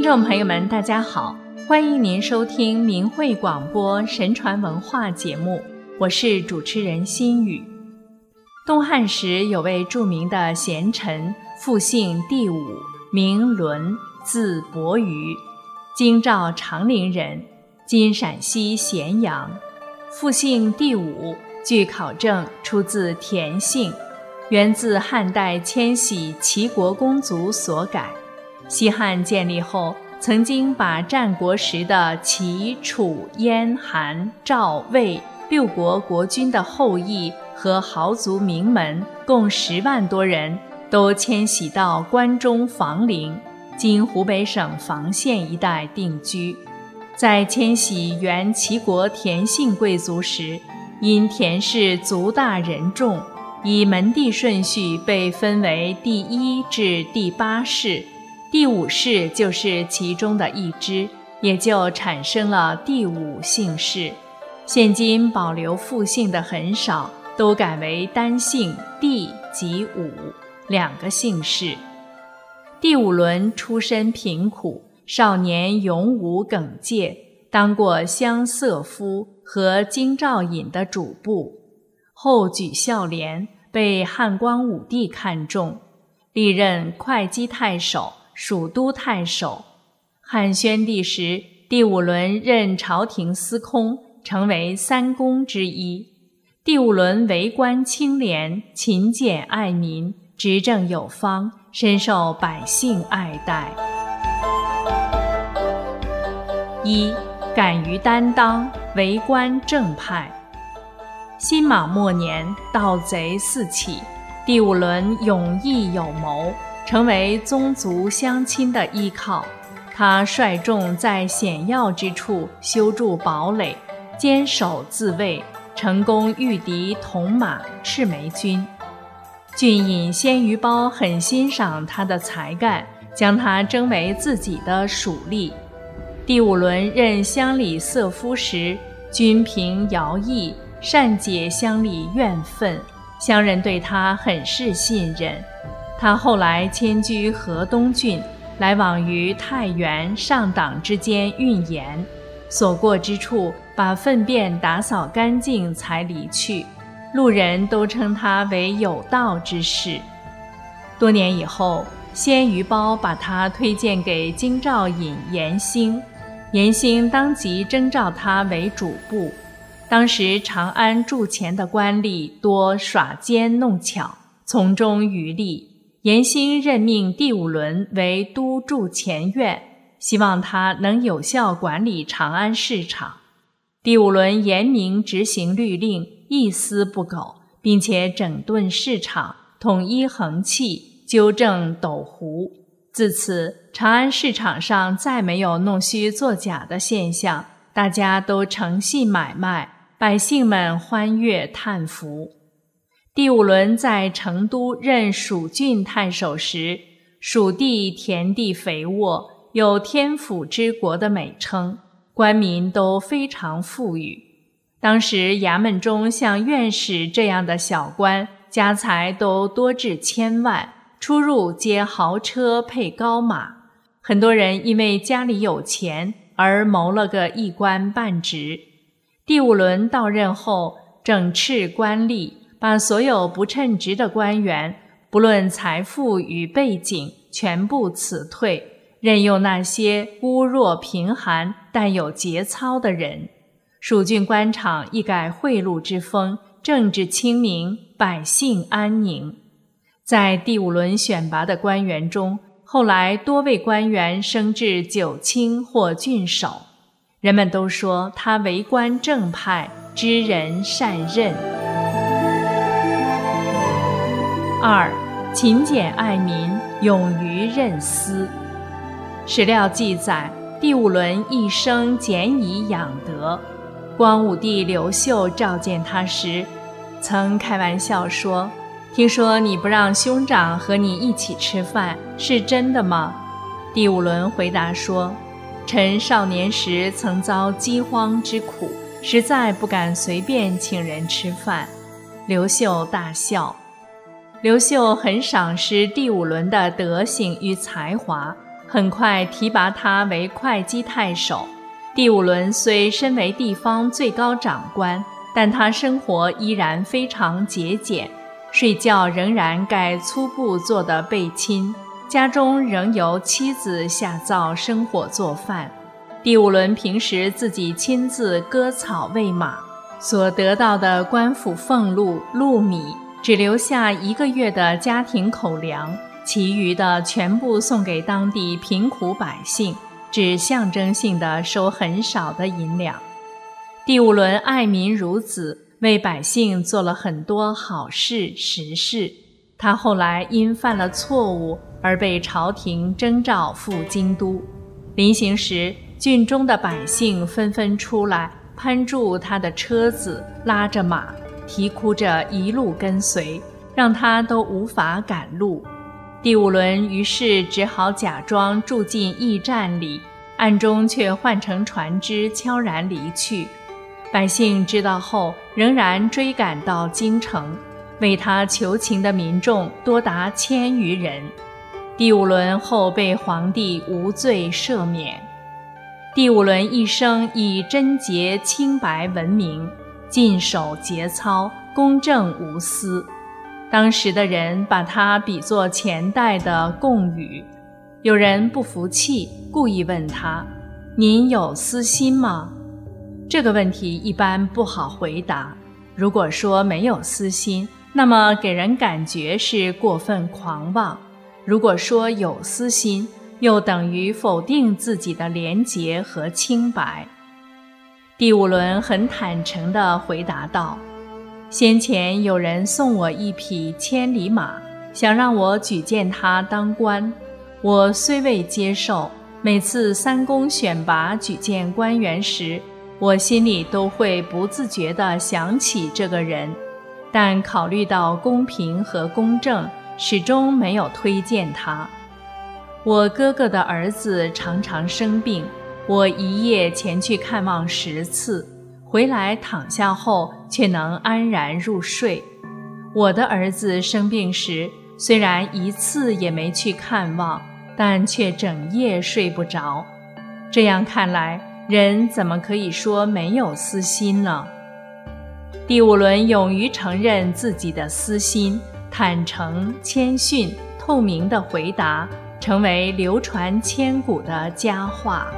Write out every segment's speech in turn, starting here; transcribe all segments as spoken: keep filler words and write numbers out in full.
众朋友们大家好，欢迎您收听明慧广播神传文化节目，我是主持人心雨。东汉时有位著名的贤臣，复姓第五，名伦，字伯瑜，京兆长陵人，今陕西咸阳。复姓第五，据考证出自田姓，源自汉代迁徙齐国公族所改。西汉建立后，曾经把战国时的齐、楚、燕、韩、赵、魏六国国君的后裔和豪族名门共十万多人都迁徙到关中房陵，今湖北省房县一带定居。在迁徙原齐国田姓贵族时，因田氏族大人众，以门第顺序被分为第一至第八世，第五世就是其中的一支，也就产生了第五姓氏。现今保留复姓的很少，都改为单姓第及武两个姓氏。第五伦出身贫苦，少年勇武耿介，当过乡色夫和京兆尹的主簿，后举孝廉，被汉光武帝看中，历任会稽太守、蜀都太守。汉宣帝时，第五伦任朝廷司空，成为三公之一。第五伦为官清廉，勤俭爱民，执政有方，深受百姓爱戴。一、敢于担当，为官正派。新马末年，盗贼四起，第五伦勇毅有谋，成为宗族乡亲的依靠。他率众在险要之处修筑堡垒，坚守自卫，成功御敌铜马、赤眉军。郡尹鲜于褒很欣赏他的才干，将他征为自己的属吏。第五伦任乡里色夫时，均凭徭役，善解乡里怨愤，乡人对他很是信任。他后来迁居河东郡，来往于太原、上党之间运盐，所过之处把粪便打扫干净才离去，路人都称他为有道之士。多年以后，鲜于褒把他推荐给京兆尹严兴，严兴当即征召他为主簿。当时长安驻前的官吏多耍奸弄巧，从中渔利。严兴任命第五伦为都驻前院，希望他能有效管理长安市场。第五伦严明执行律令，一丝不苟，并且整顿市场，统一衡器，纠正斗狐。自此，长安市场上再没有弄虚作假的现象，大家都诚信买卖，百姓们欢悦叹服。第五伦在成都任蜀郡太守时，蜀地田地肥沃，有天府之国的美称，官民都非常富裕。当时衙门中像院士这样的小官，家财都多至千万，出入皆豪车配高马。很多人因为家里有钱而谋了个一官半职。第五伦到任后，整饬官吏，把所有不称职的官员，不论财富与背景，全部辞退，任用那些污弱贫寒但有节操的人。蜀郡官场一改贿赂之风，政治清明，百姓安宁。在第五伦选拔的官员中，后来多位官员升至九卿或郡守。人们都说他为官正派，知人善任。二、勤俭爱民，勇于任私。史料记载，第五伦一生俭以养德。光武帝刘秀召见他时，曾开玩笑说：“听说你不让兄长和你一起吃饭，是真的吗？”第五伦回答说：“臣少年时曾遭饥荒之苦，实在不敢随便请人吃饭。”刘秀大笑。刘秀很赏识第五伦的德行与才华， 很快提拔他为会稽太守。第五轮虽身为地方最高长官，但他生活依然非常节俭，睡觉仍然盖粗布做的被衾，家中仍由妻子下灶生火做饭。第五轮平时自己亲自割草喂马，所得到的官府俸禄、禄米只留下一个月的家庭口粮，其余的全部送给当地贫苦百姓，只象征性地收很少的银两。第五轮爱民如子，为百姓做了很多好事实事。他后来因犯了错误而被朝廷征召赴京都，临行时郡中的百姓纷纷出来攀住他的车子，拉着马，啼哭着一路跟随，让他都无法赶路。第五轮于是只好假装住进驿站里，暗中却换乘船只悄然离去。百姓知道后仍然追赶到京城，为他求情的民众多达千余人。第五轮后被皇帝无罪赦免。第五轮一生以贞洁清白闻名，尽守节操，公正无私。当时的人把他比作前代的贡禹。有人不服气，故意问他：您有私心吗？这个问题一般不好回答。如果说没有私心，那么给人感觉是过分狂妄；如果说有私心，又等于否定自己的廉洁和清白。第五轮很坦诚地回答道：先前有人送我一匹千里马，想让我举荐他当官，我虽未接受。每次三公选拔举荐官员时，我心里都会不自觉地想起这个人，但考虑到公平和公正，始终没有推荐他。我哥哥的儿子常常生病，我一夜前去看望十次，回来躺下后却能安然入睡。我的儿子生病时，虽然一次也没去看望，但却整夜睡不着。这样看来，人怎么可以说没有私心呢？第五轮勇于承认自己的私心，坦诚、谦逊、透明的回答，成为流传千古的佳话。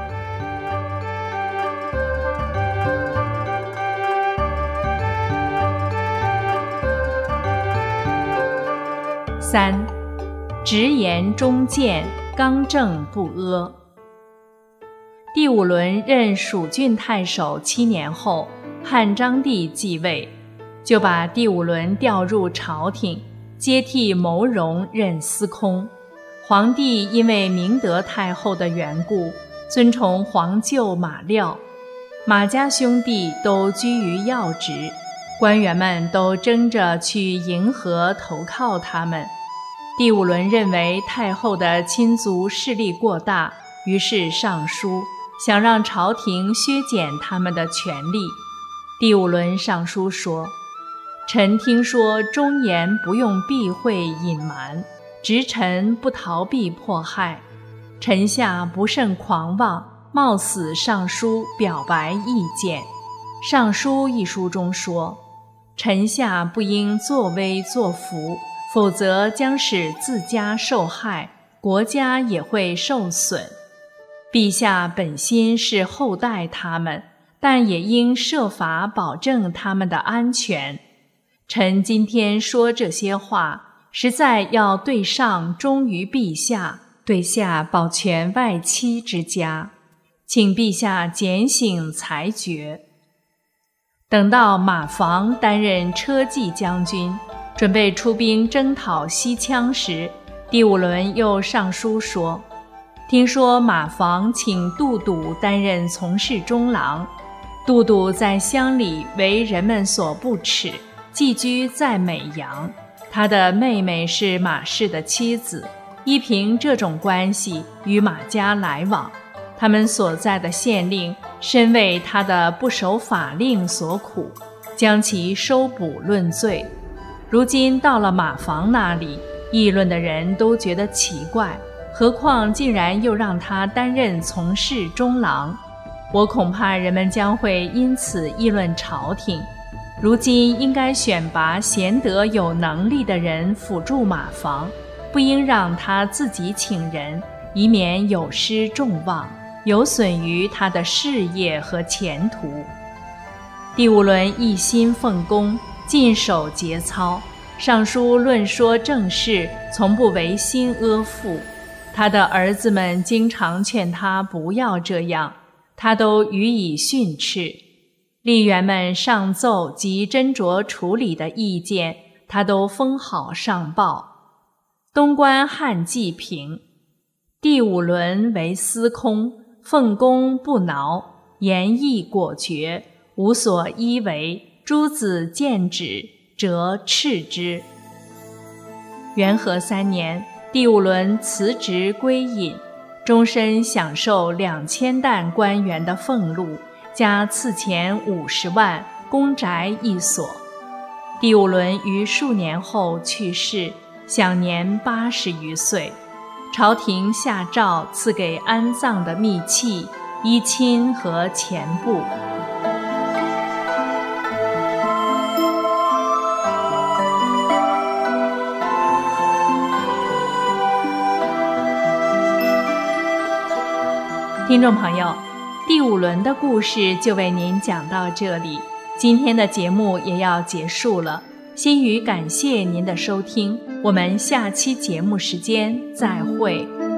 三，直言忠谏，刚正不阿。第五轮任蜀郡太守七年后，汉章帝继位，就把第五轮调入朝廷，接替牟荣任司空。皇帝因为明德太后的缘故，尊崇皇舅马廖，马家兄弟都居于要职，官员们都争着去迎合投靠他们。第五轮认为太后的亲族势力过大，于是上书想让朝廷削减他们的权力。第五轮上书说：臣听说忠言不用避讳隐瞒，直臣不逃避迫害，臣下不甚狂妄，冒死上书表白意见。上书一书中说：臣下不应作威作福，否则将使自家受害，国家也会受损。陛下本心是厚待他们，但也应设法保证他们的安全。臣今天说这些话，实在要对上忠于陛下，对下保全外戚之家，请陛下检醒裁决。等到马房担任车骑将军，准备出兵征讨西羌时，第五轮又上书说：听说马房请杜笃担任从事中郎，杜笃在乡里为人们所不齿，寄居在美阳，他的妹妹是马氏的妻子，依凭这种关系与马家来往，他们所在的县令深为他的不守法令所苦，将其收捕论罪。如今到了马房那里，议论的人都觉得奇怪， 何况竟然又让他担任从事中郎，我恐怕人们将会因此议论朝廷。如今应该选拔贤德有能力的人辅助马房，不应让他自己请人，以免有失众望，有损于他的事业和前途。第五轮一心奉公，尽守节操，上书论说政事，从不违心阿附。他的儿子们经常劝他不要这样，他都予以训斥。吏员们上奏及斟酌处理的意见，他都封好上报。东关汉纪平，第五轮为司空，奉公不挠，言义果决，无所依违，诸子见止，则斥之。元和三年，第五轮辞职归隐，终身享受两千担官员的俸禄，加赐钱五十万，公宅一所。第五轮于数年后去世，享年八十余岁。朝廷下诏赐给安葬的秘器、衣衾和钱布。听众朋友，第五轮的故事就为您讲到这里，今天的节目也要结束了。心语感谢您的收听，我们下期节目时间再会。